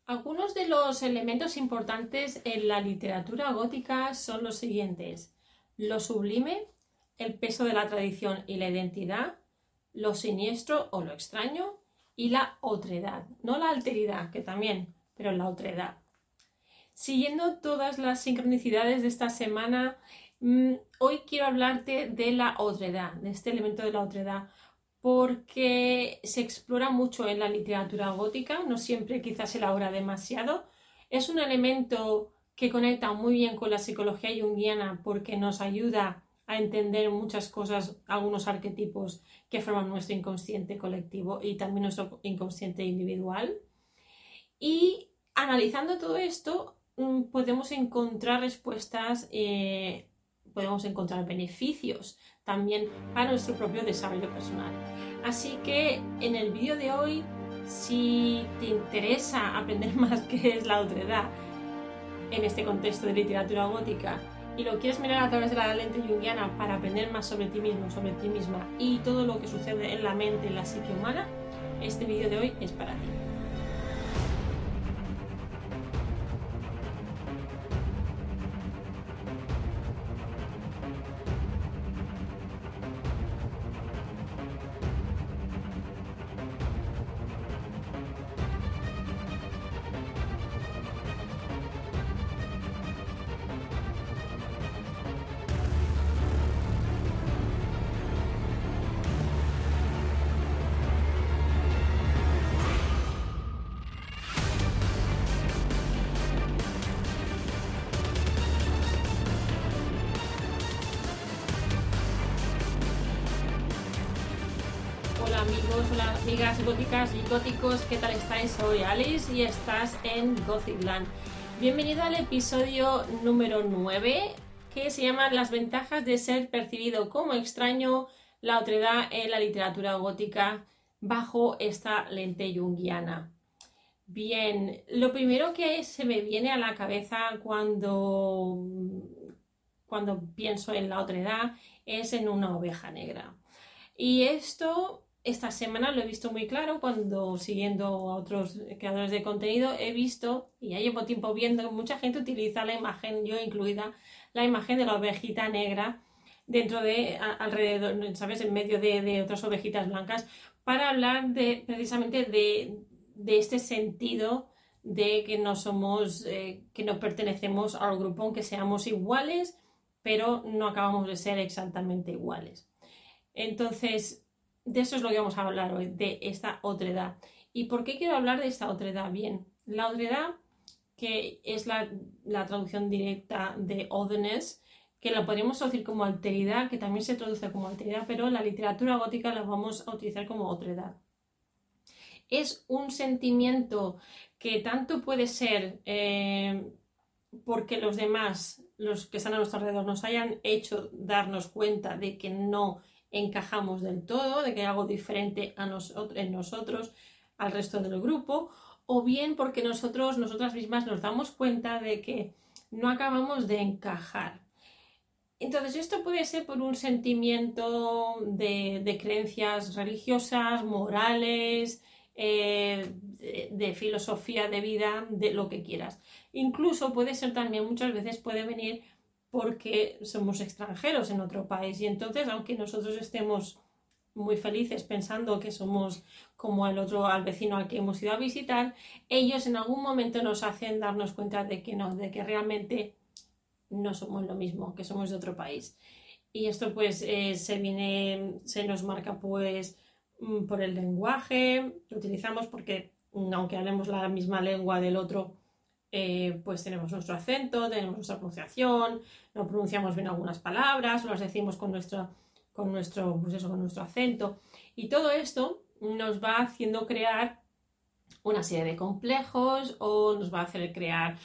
Algunos de los elementos importantes en la literatura gótica son los siguientes: lo sublime, el peso de la tradición y la identidad, lo siniestro o lo extraño y la otredad. No la alteridad, que también, pero la otredad. Siguiendo todas las sincronicidades de esta semana, hoy quiero hablarte de la otredad, de este elemento de la otredad, porque se explora mucho en la literatura gótica, no siempre quizás se elabora demasiado. Es un elemento que conecta muy bien con la psicología junguiana porque nos ayuda a entender muchas cosas, algunos arquetipos que forman nuestro inconsciente colectivo y también nuestro inconsciente individual. Y analizando todo esto, podemos encontrar respuestas, podemos encontrar beneficios también para nuestro propio desarrollo personal. Así que en el vídeo de hoy, si te interesa aprender más qué es la otredad en este contexto de literatura gótica y lo quieres mirar a través de la lente junguiana para aprender más sobre ti mismo, sobre ti misma y todo lo que sucede en la mente, en la psique humana, este vídeo de hoy es para ti. Hola amigos, hola amigas góticas y góticos, ¿qué tal estáis? Soy Alice y estás en Gothicland. Bienvenido al episodio número 9, que se llama Las ventajas de ser percibido como extraño, la otredad en la literatura gótica bajo esta lente junguiana. Bien, lo primero que se me viene a la cabeza cuando pienso en la otredad es en una oveja negra. Y esta semana lo he visto muy claro cuando, siguiendo a otros creadores de contenido, he visto, y ya llevo tiempo viendo, que mucha gente utiliza la imagen, yo incluida, la imagen de la ovejita negra dentro de, alrededor, ¿sabes?, en medio de otras ovejitas blancas, para hablar precisamente de este sentido de que no somos, que no pertenecemos al grupo, aunque seamos iguales, pero no acabamos de ser exactamente iguales. Entonces, de eso es lo que vamos a hablar hoy, de esta otredad. ¿Y por qué quiero hablar de esta otredad? Bien, la otredad, que es la traducción directa de otherness, que la podríamos traducir como alteridad, que también se traduce como alteridad, pero en la literatura gótica la vamos a utilizar como otredad. Es un sentimiento que tanto puede ser porque los demás, los que están a nuestro alrededor, nos hayan hecho darnos cuenta de que no encajamos del todo, de que hay algo diferente en nosotros al resto del grupo, o bien porque nosotras mismas nos damos cuenta de que no acabamos de encajar. Entonces esto puede ser por un sentimiento de creencias religiosas, morales, de filosofía de vida, de lo que quieras. Incluso puede ser también, muchas veces puede venir porque somos extranjeros en otro país y entonces, aunque nosotros estemos muy felices pensando que somos como al vecino al que hemos ido a visitar, ellos en algún momento nos hacen darnos cuenta de que no, de que realmente no somos lo mismo, que somos de otro país. Y esto pues se nos marca pues por el lenguaje que utilizamos, porque aunque hablemos la misma lengua del otro, pues tenemos nuestro acento, tenemos nuestra pronunciación, no pronunciamos bien algunas palabras, o las decimos con nuestro acento, y todo esto nos va haciendo crear una serie de complejos o nos va a hacer crear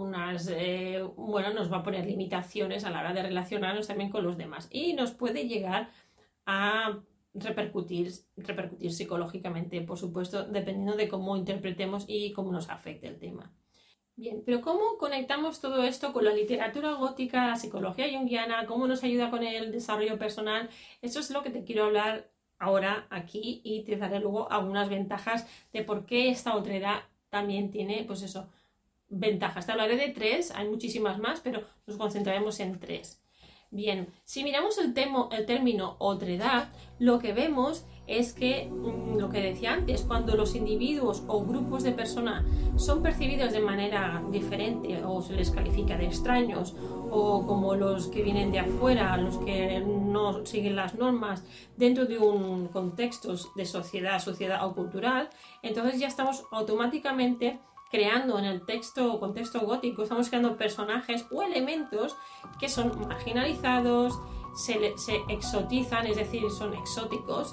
nos va a poner limitaciones a la hora de relacionarnos también con los demás y nos puede llegar a repercutir psicológicamente, por supuesto, dependiendo de cómo interpretemos y cómo nos afecte el tema. Bien, pero ¿cómo conectamos todo esto con la literatura gótica, la psicología junguiana? ¿Cómo nos ayuda con el desarrollo personal? Eso es lo que te quiero hablar ahora aquí y te daré luego algunas ventajas de por qué esta otredad también tiene, pues eso, ventajas. Te hablaré de 3, hay muchísimas más, pero nos concentraremos en 3. Bien, si miramos el término otredad, lo que vemos es que, lo que decía antes, cuando los individuos o grupos de personas son percibidos de manera diferente o se les califica de extraños o como los que vienen de afuera, los que no siguen las normas dentro de un contexto de sociedad o cultural, entonces ya estamos automáticamente creando en el contexto gótico, estamos creando personajes o elementos que son marginalizados, se exotizan, es decir, son exóticos,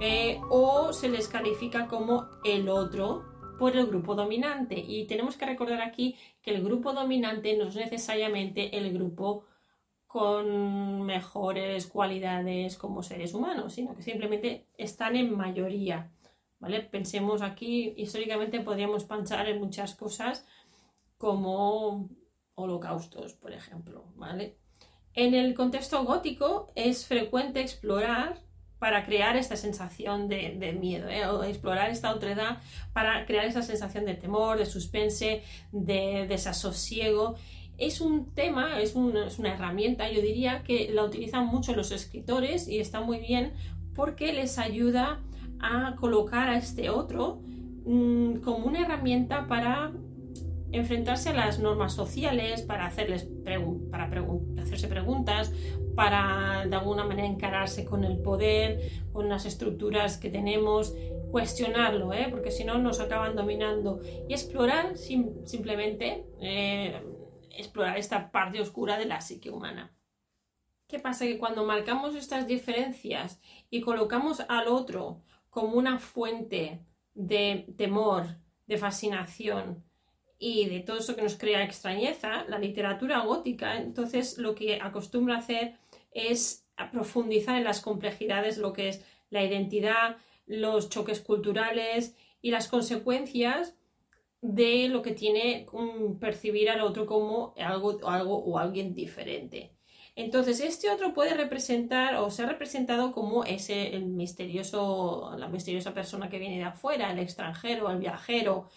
o se les califica como el otro por el grupo dominante. Y tenemos que recordar aquí que el grupo dominante no es necesariamente el grupo con mejores cualidades como seres humanos, sino que simplemente están en mayoría. ¿Vale? Pensemos aquí, históricamente podríamos pensar en muchas cosas como holocaustos, por ejemplo, ¿vale? En el contexto gótico es frecuente explorar para crear esta sensación de miedo, o explorar esta otredad para crear esa sensación de temor, de suspense, de desasosiego. Es un tema, es una herramienta, yo diría, que la utilizan mucho los escritores y está muy bien porque les ayuda a colocar a este otro como una herramienta para enfrentarse a las normas sociales, para hacerse preguntas, para de alguna manera encararse con el poder, con las estructuras que tenemos, cuestionarlo, porque si no nos acaban dominando, y explorar simplemente explorar esta parte oscura de la psique humana. ¿Qué pasa? Que cuando marcamos estas diferencias y colocamos al otro como una fuente de temor, de fascinación y de todo eso que nos crea extrañeza, la literatura gótica, entonces lo que acostumbra a hacer es profundizar en las complejidades, lo que es la identidad, los choques culturales y las consecuencias de lo que tiene percibir al otro como algo o alguien diferente. Entonces, este otro puede representar o ser representado como la misteriosa persona que viene de afuera, el extranjero, el viajero,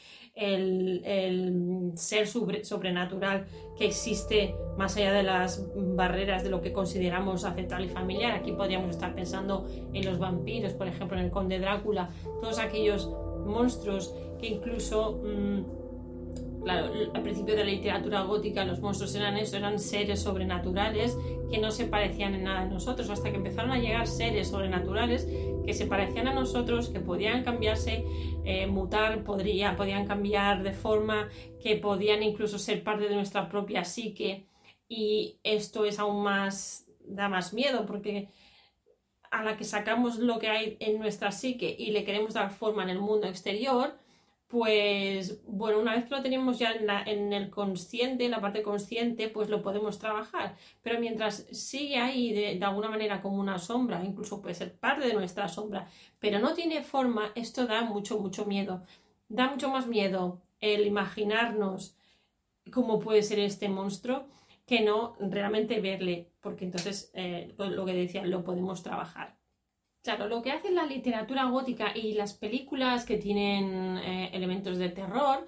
el ser sobrenatural que existe más allá de las barreras de lo que consideramos aceptable y familiar. Aquí podríamos estar pensando en los vampiros, por ejemplo, en el Conde Drácula, todos aquellos monstruos que incluso... Claro, al principio de la literatura gótica los monstruos eran seres sobrenaturales que no se parecían en nada a nosotros, hasta que empezaron a llegar seres sobrenaturales que se parecían a nosotros, que podían cambiarse, mutar, podían cambiar de forma, que podían incluso ser parte de nuestra propia psique, y esto es aún más, da más miedo, porque a la que sacamos lo que hay en nuestra psique y le queremos dar forma en el mundo exterior, pues bueno, una vez que lo tenemos ya en el consciente, en la parte consciente, pues lo podemos trabajar, pero mientras sigue ahí de alguna manera como una sombra, incluso puede ser parte de nuestra sombra, pero no tiene forma, esto da mucho miedo. Da mucho más miedo el imaginarnos cómo puede ser este monstruo que no realmente verle, porque entonces lo que decía, lo podemos trabajar. Claro, lo que hace la literatura gótica y las películas que tienen elementos de terror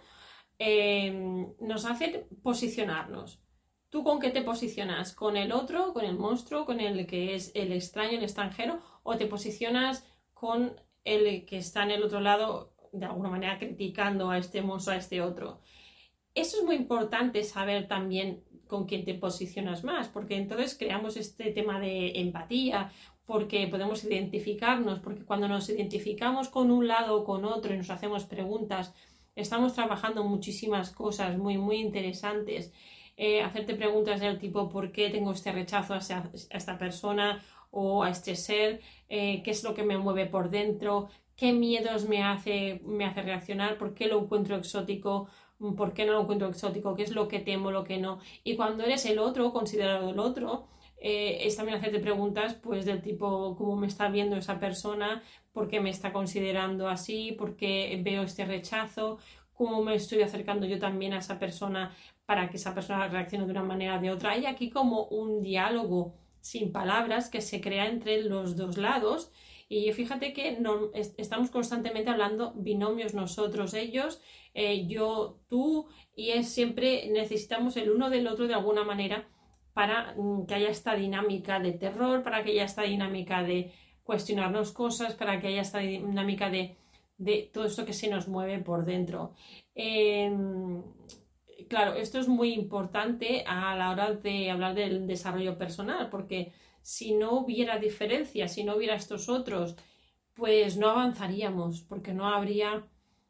nos hacen posicionarnos. ¿Tú con qué te posicionas? ¿Con el otro, con el monstruo, con el que es el extraño, el extranjero? ¿O te posicionas con el que está en el otro lado, de alguna manera criticando a este monstruo, a este otro? Eso es muy importante saber también con quién te posicionas más, porque entonces creamos este tema de empatía, porque podemos identificarnos, porque cuando nos identificamos con un lado o con otro y nos hacemos preguntas, estamos trabajando muchísimas cosas muy interesantes. Hacerte preguntas del tipo ¿por qué tengo este rechazo a esta persona o a este ser? ¿Qué es lo que me mueve por dentro? ¿Qué miedos me hace reaccionar? ¿Por qué lo encuentro exótico? ¿Por qué no lo encuentro exótico? ¿Qué es lo que temo, lo que no? Y cuando eres el otro, considerado el otro, es también hacerte preguntas pues del tipo ¿cómo me está viendo esa persona? ¿Por qué me está considerando así? ¿Por qué veo este rechazo? ¿Cómo me estoy acercando yo también a esa persona para que esa persona reaccione de una manera o de otra? Hay aquí como un diálogo sin palabras que se crea entre los dos lados Y fíjate que estamos constantemente hablando binomios nosotros, ellos, yo, tú, y siempre necesitamos el uno del otro de alguna manera para que haya esta dinámica de terror, para que haya esta dinámica de cuestionarnos cosas, para que haya esta dinámica de todo esto que se nos mueve por dentro. Claro, esto es muy importante a la hora de hablar del desarrollo personal, porque si no hubiera diferencias, si no hubiera estos otros, pues no avanzaríamos, porque no habría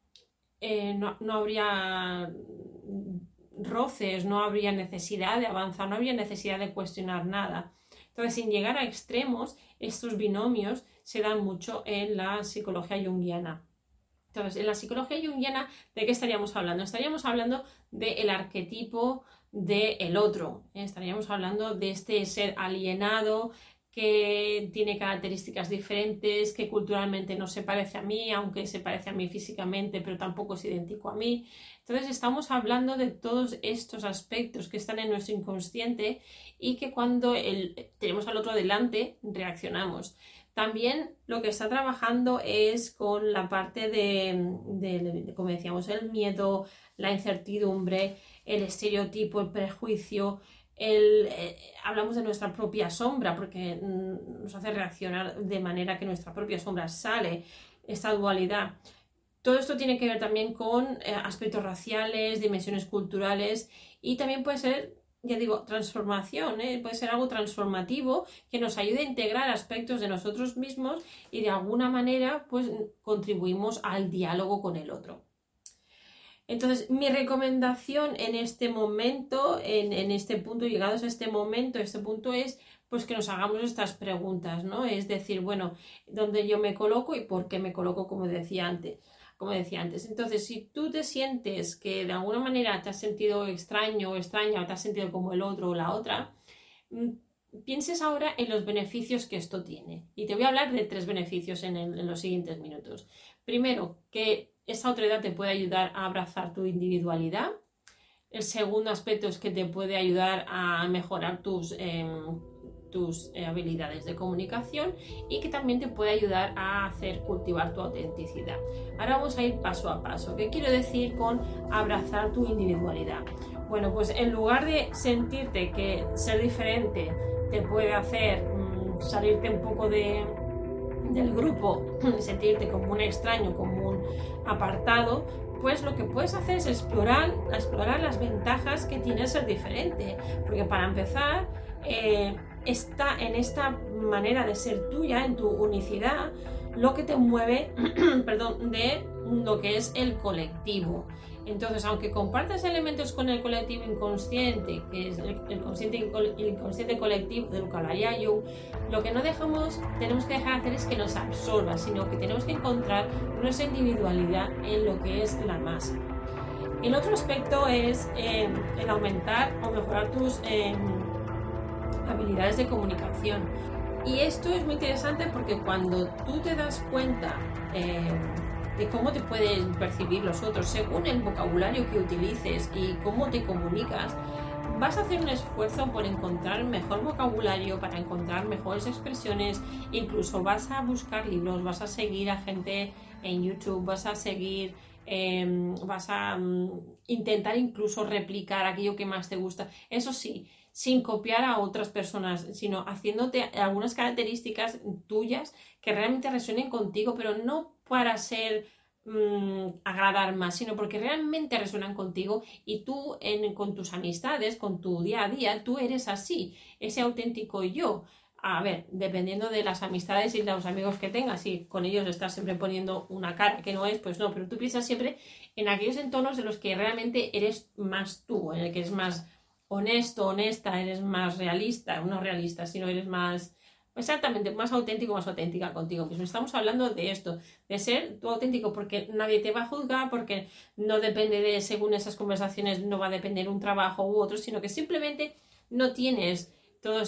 roces, no habría necesidad de avanzar, no habría necesidad de cuestionar nada. Entonces, sin llegar a extremos, estos binomios se dan mucho en la psicología junguiana. Entonces, en la psicología junguiana, ¿de qué estaríamos hablando? Estaríamos hablando del arquetipo del otro, estaríamos hablando de este ser alienado que tiene características diferentes, que culturalmente no se parece a mí, aunque se parece a mí físicamente, pero tampoco es idéntico a mí. Entonces estamos hablando de todos estos aspectos que están en nuestro inconsciente y que cuando tenemos al otro delante, reaccionamos. También lo que está trabajando es con la parte de, como decíamos, el miedo, la incertidumbre, el estereotipo, el prejuicio. Hablamos de nuestra propia sombra porque nos hace reaccionar de manera que nuestra propia sombra sale, esta dualidad. Todo esto tiene que ver también con aspectos raciales, dimensiones culturales y también puede ser, ya digo, transformación, puede ser algo transformativo que nos ayude a integrar aspectos de nosotros mismos y de alguna manera pues contribuimos al diálogo con el otro. Entonces, mi recomendación en este momento, en este punto, llegados a este punto es pues que nos hagamos estas preguntas, ¿no? Es decir, bueno, ¿dónde yo me coloco y por qué me coloco como decía antes? Entonces, si tú te sientes que de alguna manera te has sentido extraño o extraña o te has sentido como el otro o la otra, pienses ahora en los beneficios que esto tiene. Y te voy a hablar de 3 beneficios en los siguientes minutos. Primero, que esta otredad te puede ayudar a abrazar tu individualidad. El segundo aspecto es que te puede ayudar a mejorar tus habilidades de comunicación y que también te puede ayudar a cultivar tu autenticidad. Ahora vamos a ir paso a paso. ¿Qué quiero decir con abrazar tu individualidad? Bueno, pues en lugar de sentirte que ser diferente te puede hacer salirte un poco del grupo, sentirte como un extraño, como un apartado, pues lo que puedes hacer es explorar las ventajas que tiene ser diferente, porque para empezar está en esta manera de ser tuya, en tu unicidad, lo que te mueve de lo que es el colectivo. Entonces, aunque compartas elementos con el colectivo inconsciente, que es el inconsciente colectivo de lo que hablaría Jung, lo que tenemos que dejar de hacer es que nos absorba, sino que tenemos que encontrar nuestra individualidad en lo que es la masa. El otro aspecto es el aumentar o mejorar tus habilidades de comunicación. Y esto es muy interesante porque cuando tú te das cuenta de cómo te pueden percibir los otros según el vocabulario que utilices y cómo te comunicas, vas a hacer un esfuerzo por encontrar mejor vocabulario, para encontrar mejores expresiones, incluso vas a buscar libros, vas a seguir a gente en YouTube, vas a intentar incluso replicar aquello que más te gusta. Eso sí, sin copiar a otras personas, sino haciéndote algunas características tuyas que realmente resuenen contigo, pero no para agradar más, sino porque realmente resuenan contigo y tú con tus amistades, con tu día a día, tú eres así, ese auténtico yo. A ver, dependiendo de las amistades y de los amigos que tengas, si con ellos estás siempre poniendo una cara que no es, pues no, pero tú piensas siempre en aquellos entornos en los que realmente eres más tú, en el que eres más honesto, honesta, eres más realista, no realista, sino eres más, exactamente, más auténtico, más auténtica contigo mismo. Estamos hablando de esto, de ser tú auténtico, porque nadie te va a juzgar, porque no depende de, según esas conversaciones, no va a depender un trabajo u otro, sino que simplemente no tienes todos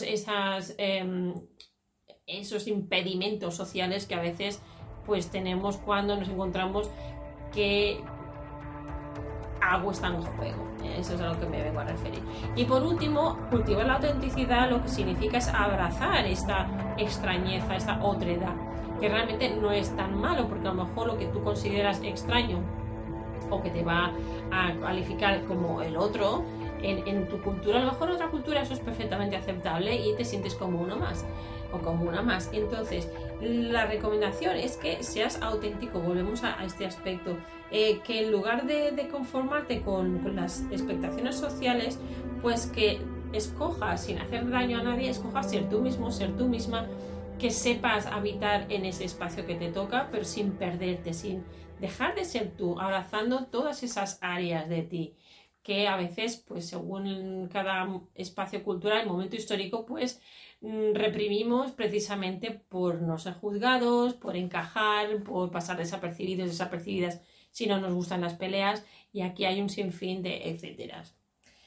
esos impedimentos sociales que a veces pues tenemos cuando nos encontramos que algo está en juego. Eso es a lo que me vengo a referir. Y por último, cultivar la autenticidad lo que significa es abrazar esta extrañeza, esta otredad. que realmente no es tan malo, porque a lo mejor lo que tú consideras extraño o que te va a calificar como el otro, en tu cultura, a lo mejor en otra cultura eso es perfectamente aceptable y te sientes como uno más o como una más. Entonces, la recomendación es que seas auténtico, volvemos a este aspecto, que en lugar de conformarte con las expectaciones sociales, pues que escojas, sin hacer daño a nadie, escojas ser tú mismo, ser tú misma, que sepas habitar en ese espacio que te toca, pero sin perderte, sin dejar de ser tú, abrazando todas esas áreas de ti que a veces, pues según cada espacio cultural, momento histórico, pues reprimimos precisamente por no ser juzgados, por encajar, por pasar desapercibidos, desapercibidas si no nos gustan las peleas, y aquí hay un sinfín de etcéteras.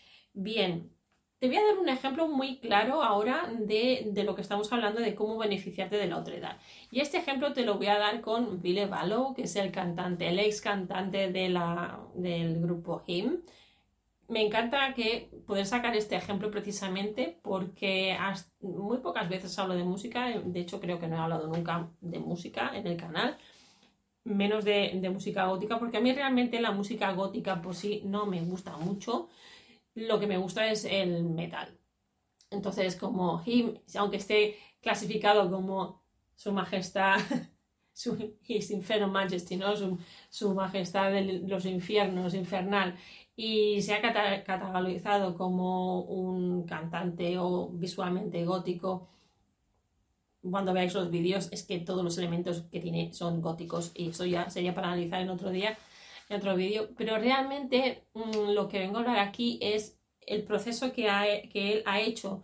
Bien, te voy a dar un ejemplo muy claro ahora de lo que estamos hablando, de cómo beneficiarte de la otredad. Y este ejemplo te lo voy a dar con Ville Valo, que es el cantante, el ex cantante del grupo Him. Me encanta poder sacar este ejemplo precisamente porque muy pocas veces hablo de música, de hecho creo que no he hablado nunca de música en el canal, menos de música gótica, porque a mí realmente la música gótica por sí no me gusta mucho, lo que me gusta es el metal. Entonces, como Him, aunque esté clasificado como su majestad, His Infernal Majesty, ¿no? su majestad de los infiernos, infernal, y se ha catalogado como un cantante o visualmente gótico, cuando veáis los vídeos es que todos los elementos que tiene son góticos, y eso ya sería para analizar en otro día, en otro vídeo, pero realmente lo que vengo a hablar aquí es el proceso que él ha hecho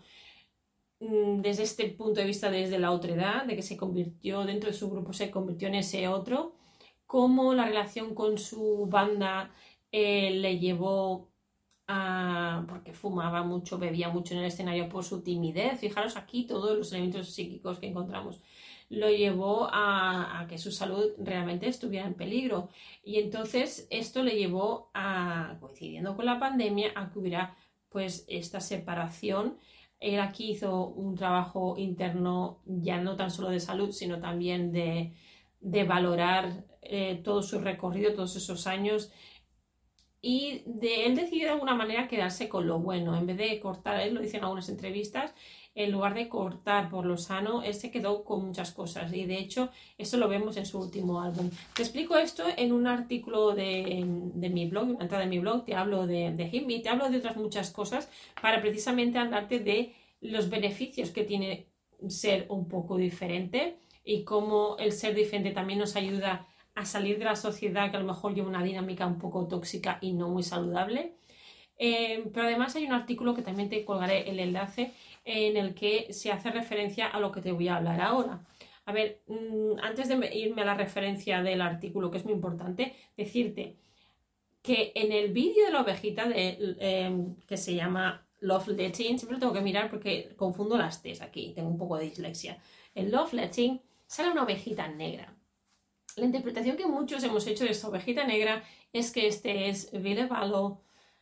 desde este punto de vista, desde la otredad, de que se convirtió dentro de su grupo, se convirtió en ese otro, cómo la relación con su banda le llevó a, porque fumaba mucho, bebía mucho en el escenario por su timidez, fijaros aquí todos los elementos psíquicos que encontramos, lo llevó a que su salud realmente estuviera en peligro, y entonces esto le llevó a, coincidiendo con la pandemia, a que hubiera pues esta separación. Él aquí hizo un trabajo interno ya no tan solo de salud, sino también de valorar todo su recorrido, todos esos años, y él decidió de alguna manera quedarse con lo bueno, en vez de cortar, él lo dice en algunas entrevistas, en lugar de cortar por lo sano, él se quedó con muchas cosas, y de hecho eso lo vemos en su último álbum. Te explico esto en un artículo de mi blog, una entrada de mi blog, te hablo de Him y te hablo de otras muchas cosas para precisamente hablarte de los beneficios que tiene ser un poco diferente y cómo el ser diferente también nos ayuda a salir de la sociedad que a lo mejor lleva una dinámica un poco tóxica y no muy saludable. Pero además hay un artículo que también te colgaré el enlace, en el que se hace referencia a lo que te voy a hablar ahora. A ver, antes de irme a la referencia del artículo, que es muy importante, decirte que en el vídeo de la ovejita que se llama Love Letting, siempre lo tengo que mirar porque confundo las T's aquí, tengo un poco de dislexia. En Love Letting sale una ovejita negra. La interpretación que muchos hemos hecho de esta ovejita negra es que este es Ville Valo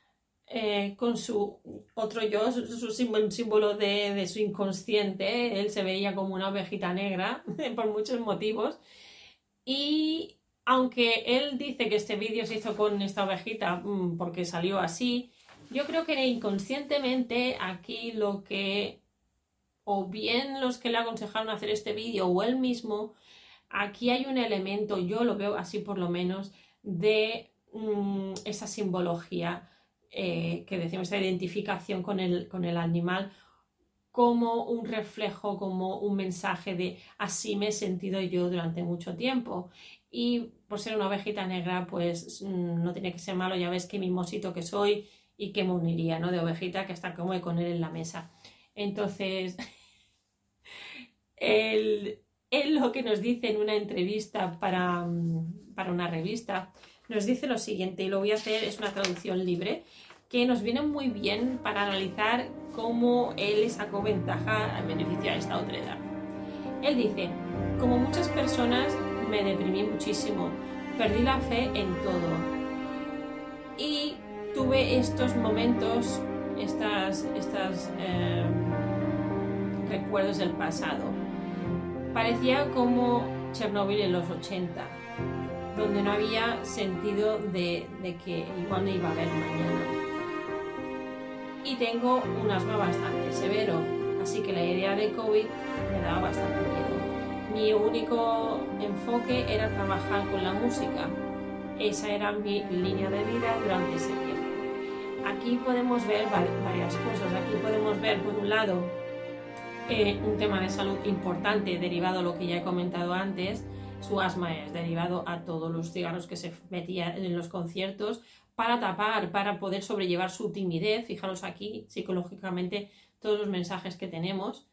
con su otro yo, su símbolo de su inconsciente. Él se veía como una ovejita negra por muchos motivos, y aunque él dice que este vídeo se hizo con esta ovejita porque salió así, yo creo que inconscientemente aquí lo que, o bien los que le aconsejaron hacer este vídeo o él mismo, aquí hay un elemento, yo lo veo así por lo menos, de esa simbología que decimos, esta identificación con el animal, como un reflejo, como un mensaje de así me he sentido yo durante mucho tiempo. Y por ser una ovejita negra, pues no tiene que ser malo, ya ves qué mimosito que soy y qué me uniría, ¿no? De ovejita, que está cómodo con él en la mesa. Entonces, él lo que nos dice en una entrevista para una revista, nos dice lo siguiente, y lo voy a hacer, es una traducción libre, que nos viene muy bien para analizar cómo él le sacó ventaja en beneficio a esta otredad. Él dice: como muchas personas me deprimí muchísimo, perdí la fe en todo y tuve estos momentos, estas recuerdos del pasado. Parecía como Chernobyl en los 80, donde no había sentido de que igual no iba a haber mañana. Y tengo un asma bastante severo, así que la idea de COVID me daba bastante miedo. Mi único enfoque era trabajar con la música. Esa era mi línea de vida durante ese tiempo. Aquí podemos ver varias cosas. Aquí podemos ver, por un lado, un tema de salud importante derivado de lo que ya he comentado antes. Su asma es derivado a todos los cigarros que se metía en los conciertos para tapar, para poder sobrellevar su timidez. Fijaros aquí psicológicamente todos los mensajes que tenemos.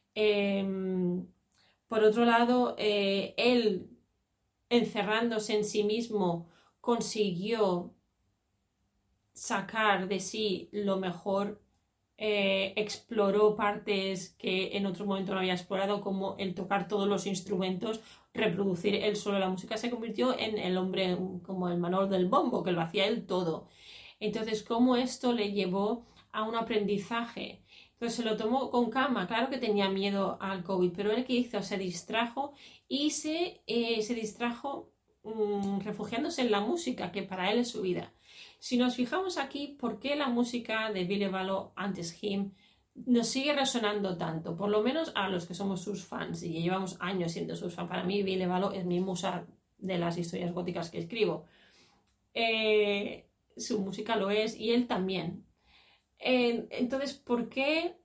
Por otro lado, él encerrándose en sí mismo consiguió sacar de sí lo mejor. Exploró partes que en otro momento no había explorado, como el tocar todos los instrumentos, reproducir él solo la música. Se convirtió en el hombre como el Manol del bombo, que lo hacía él todo. Entonces, cómo esto le llevó a un aprendizaje. Entonces se lo tomó con calma. Claro que tenía miedo al COVID, pero él, que hizo, se distrajo y se distrajo refugiándose en la música, que para él es su vida. Si nos fijamos aquí, ¿por qué la música de Billy Ballo, antes Him, nos sigue resonando tanto? Por lo menos a los que somos sus fans, y llevamos años siendo sus fans. Para mí Billy Ballo es mi musa de las historias góticas que escribo. Su música lo es, y él también. Entonces, ¿por qué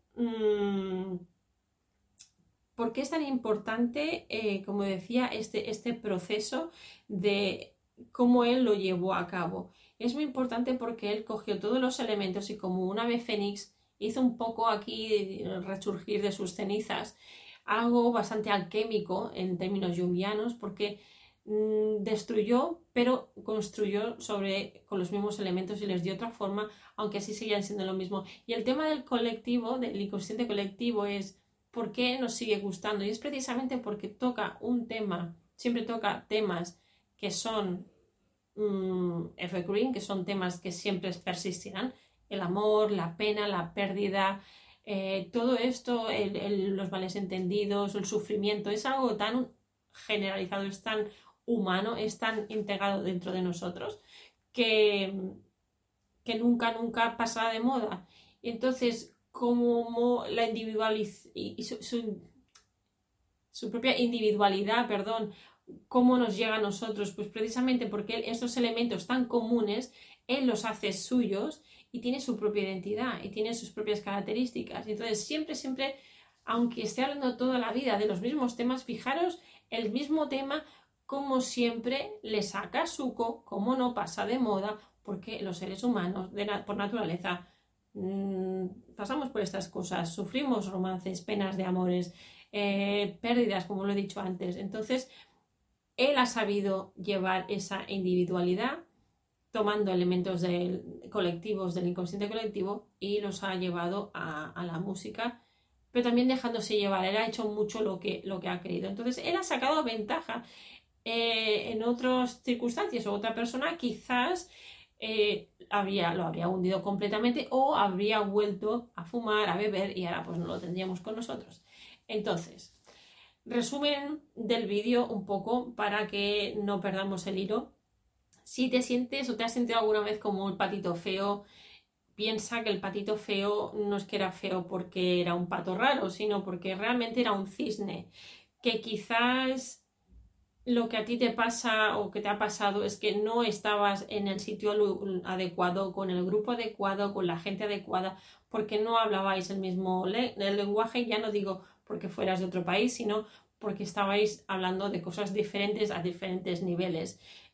es tan importante, como decía, este proceso de cómo él lo llevó a cabo? Es muy importante porque él cogió todos los elementos y, como un ave fénix, hizo un poco aquí resurgir de sus cenizas, algo bastante alquímico en términos junguianos, porque destruyó, pero construyó con los mismos elementos y les dio otra forma, aunque así seguían siendo lo mismo. Y el tema del colectivo, del inconsciente colectivo, es ¿por qué nos sigue gustando? Y es precisamente porque toca un tema, siempre toca temas que son evergreen, que son temas que siempre persistirán: el amor, la pena, la pérdida, todo esto, los males entendidos, el sufrimiento. Es algo tan generalizado, es tan humano, es tan integrado dentro de nosotros que nunca pasará de moda. Y entonces, como la individualidad y su propia individualidad, cómo nos llega a nosotros, pues precisamente porque estos elementos tan comunes, él los hace suyos y tiene su propia identidad y tiene sus propias características. Y entonces siempre, aunque esté hablando toda la vida de los mismos temas, fijaros, el mismo tema, como siempre, le saca suco, como no pasa de moda, porque los seres humanos, por naturaleza, pasamos por estas cosas, sufrimos romances, penas de amores, pérdidas, como lo he dicho antes. Entonces, él ha sabido llevar esa individualidad, tomando elementos colectivos del inconsciente colectivo, y los ha llevado a la música, pero también dejándose llevar. Él ha hecho mucho lo que ha querido. Entonces, él ha sacado ventaja. En otras circunstancias o otra persona quizás lo habría hundido completamente, o habría vuelto a fumar, a beber, y ahora pues no lo tendríamos con nosotros. Entonces, resumen del vídeo un poco para que no perdamos el hilo. Si te sientes o te has sentido alguna vez como un patito feo, piensa que el patito feo no es que era feo porque era un pato raro, sino porque realmente era un cisne, que quizás lo que a ti te pasa o que te ha pasado es que no estabas en el sitio adecuado, con el grupo adecuado, con la gente adecuada, porque no hablabais el mismo lenguaje. Ya no digo porque fueras de otro país, sino porque estabais hablando de cosas diferentes a diferentes niveles.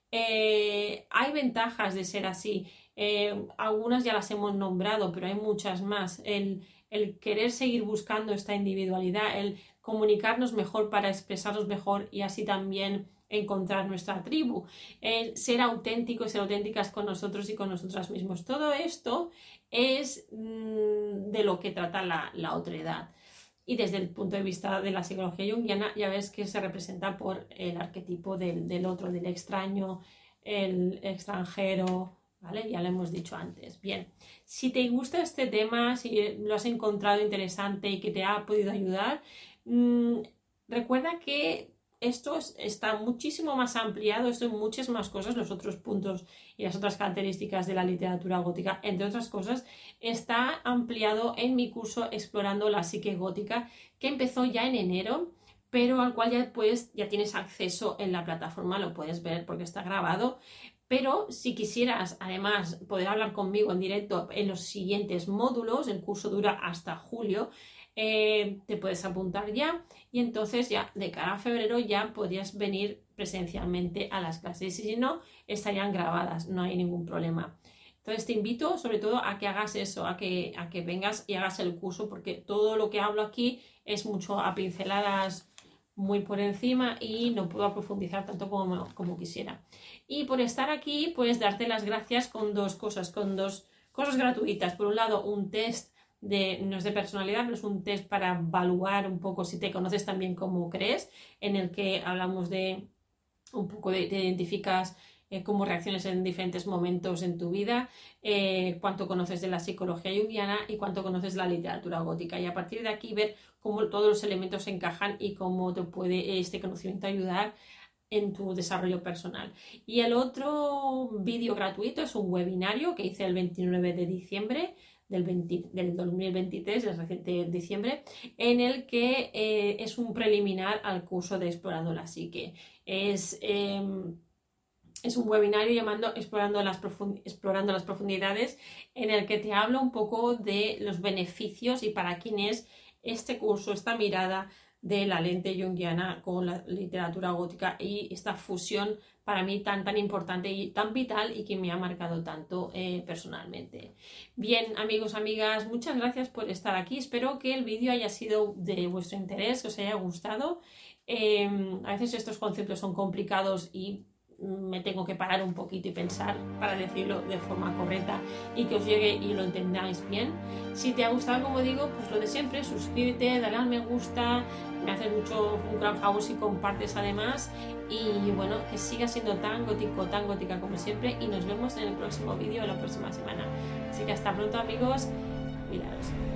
Hay ventajas de ser así, algunas ya las hemos nombrado, pero hay muchas más. El querer seguir buscando esta individualidad, el comunicarnos mejor para expresarnos mejor y así también encontrar nuestra tribu, el ser auténticos y ser auténticas con nosotros y con nosotras mismos. Todo esto es de lo que trata la otredad. Y desde el punto de vista de la psicología junguiana, ya ves que se representa por el arquetipo del otro, del extraño, el extranjero, ¿vale? Ya lo hemos dicho antes. Bien, si te gusta este tema, si lo has encontrado interesante y que te ha podido ayudar, recuerda que esto está muchísimo más ampliado, esto en muchas más cosas, los otros puntos y las otras características de la literatura gótica, entre otras cosas, está ampliado en mi curso Explorando la Psique Gótica, que empezó ya en enero, pero al cual ya tienes acceso en la plataforma, lo puedes ver porque está grabado. Pero si quisieras además poder hablar conmigo en directo en los siguientes módulos, el curso dura hasta julio, te puedes apuntar ya y entonces ya de cara a febrero ya podrías venir presencialmente a las clases y si no, estarían grabadas, no hay ningún problema. Entonces te invito sobre todo a que hagas eso, a que vengas y hagas el curso porque todo lo que hablo aquí es mucho a pinceladas muy por encima y no puedo profundizar tanto como quisiera. Y por estar aquí, pues darte las gracias con dos cosas gratuitas. Por un lado, un test no es de personalidad, pero es un test para evaluar un poco si te conoces tan bien como crees, en el que hablamos de un poco te identificas cómo reaccionas en diferentes momentos en tu vida, cuánto conoces de la psicología junguiana y cuánto conoces de la literatura gótica. Y a partir de aquí ver cómo todos los elementos se encajan y cómo te puede este conocimiento ayudar en tu desarrollo personal. Y el otro vídeo gratuito es un webinario que hice el 29 de diciembre del 2023, del reciente diciembre, en el que es un preliminar al curso de Explorando la Psique. Es un webinario llamando Explorando las Profundidades, en el que te hablo un poco de los beneficios y para quién es este curso, esta mirada de la lente junguiana con la literatura gótica y esta fusión para mí tan importante y tan vital y que me ha marcado tanto personalmente. Bien, amigos, amigas, muchas gracias por estar aquí. Espero que el vídeo haya sido de vuestro interés, que os haya gustado. A veces estos conceptos son complicados y me tengo que parar un poquito y pensar para decirlo de forma correcta y que os llegue y lo entendáis bien. Si te ha gustado, como digo, pues lo de siempre, suscríbete, dale al me gusta, me haces un gran favor si compartes además y bueno, que siga siendo tan gótica como siempre y nos vemos en el próximo vídeo de la próxima semana. Así que hasta pronto, amigos, cuidaros.